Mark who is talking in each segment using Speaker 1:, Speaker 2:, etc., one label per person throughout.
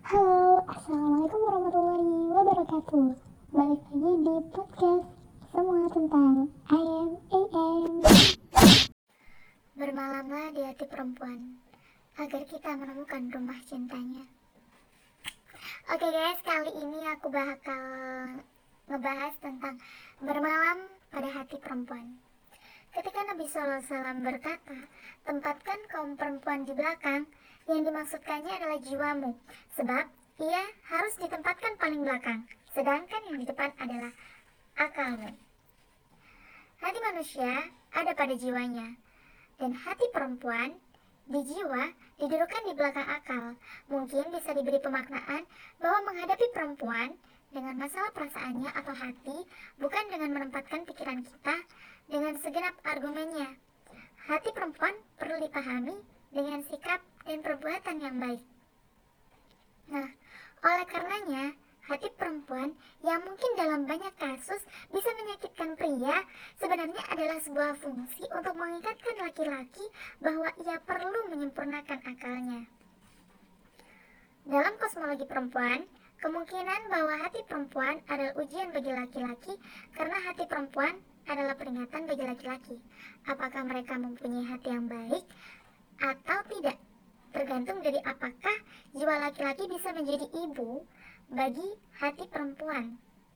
Speaker 1: Halo, Assalamualaikum warahmatullahi wabarakatuh. Balik lagi di podcast semua tentang I am AM. Bermalamlah di hati perempuan, agar kita menemukan rumah cintanya. Oke guys, kali ini aku bakal ngebahas tentang bermalam pada hati perempuan. Ketika Nabi SAW berkata, tempatkan kaum perempuan di belakang, yang dimaksudkannya adalah jiwamu, sebab ia harus ditempatkan paling belakang, sedangkan yang di depan adalah akalmu. Hati manusia ada pada jiwanya, dan hati perempuan di jiwa didudukkan di belakang akal. Mungkin bisa diberi pemaknaan bahwa menghadapi perempuan dengan masalah perasaannya atau hati, bukan dengan menempatkan pikiran kita dengan segenap argumennya. Hati perempuan perlu dipahami dengan sikap dan perbuatan yang baik. Nah, oleh karenanya, hati perempuan yang mungkin dalam banyak kasus bisa menyakitkan pria, sebenarnya adalah sebuah fungsi untuk mengingatkan laki-laki bahwa ia perlu menyempurnakan akalnya. Dalam kosmologi perempuan, kemungkinan bahwa hati perempuan adalah ujian bagi laki-laki karena hati perempuan adalah peringatan bagi laki-laki. Apakah mereka mempunyai hati yang baik atau tidak, tergantung dari apakah jiwa laki-laki bisa menjadi ibu bagi hati perempuan.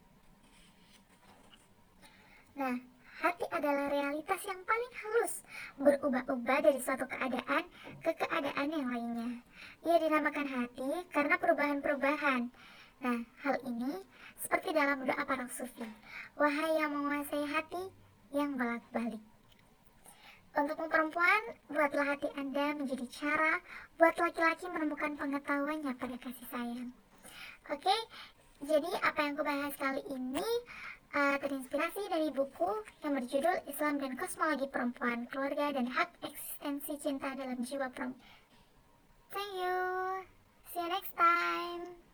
Speaker 1: Nah, hati adalah realitas yang paling halus, berubah-ubah dari suatu keadaan ke keadaan yang lainnya. Ia dinamakan hati karena perubahan-perubahan. Nah, hal ini seperti dalam doa para sufi, wahai yang menguasai hati yang bolak-balik. Untuk perempuan, buatlah hati Anda menjadi cara buat laki-laki menemukan pengetahuannya pada kasih sayang. Oke, jadi apa yang aku bahas kali ini terinspirasi dari buku yang berjudul Islam dan Kosmologi Perempuan, Keluarga dan Hak Eksistensi Cinta dalam Jiwa Perempuan. Thank you. See you next time.